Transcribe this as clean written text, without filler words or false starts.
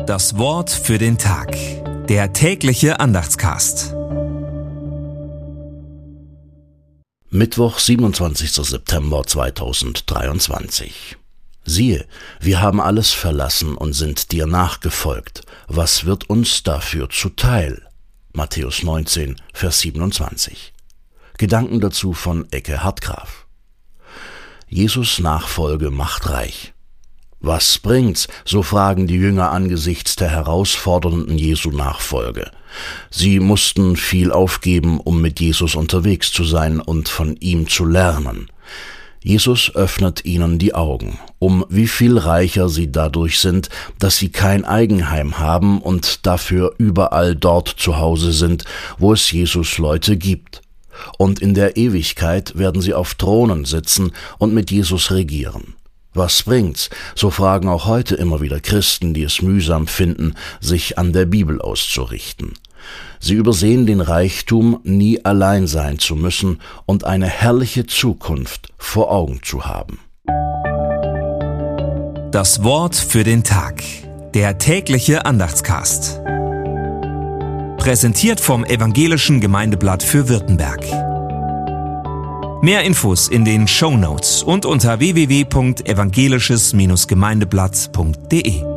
Das Wort für den Tag. Der tägliche Andachtscast. Mittwoch, 27. September 2023. Siehe, wir haben alles verlassen und sind dir nachgefolgt. Was wird uns dafür zuteil? Matthäus 19, Vers 27. Gedanken dazu von Ecke Hartgraf. Jesus Nachfolge macht reich. Was bringt's? So fragen die Jünger angesichts der herausfordernden Jesu-Nachfolge. Sie mussten viel aufgeben, um mit Jesus unterwegs zu sein und von ihm zu lernen. Jesus öffnet ihnen die Augen, wie viel reicher sie dadurch sind, dass sie kein Eigenheim haben und dafür überall dort zu Hause sind, wo es Jesus Leute gibt. Und in der Ewigkeit werden sie auf Thronen sitzen und mit Jesus regieren. Was bringt's? So fragen auch heute immer wieder Christen, die es mühsam finden, sich an der Bibel auszurichten. Sie übersehen den Reichtum, nie allein sein zu müssen und eine herrliche Zukunft vor Augen zu haben. Das Wort für den Tag. Der tägliche Andachtscast. Präsentiert vom Evangelischen Gemeindeblatt für Württemberg. Mehr Infos in den Shownotes und unter www.evangelisches-gemeindeblatt.de.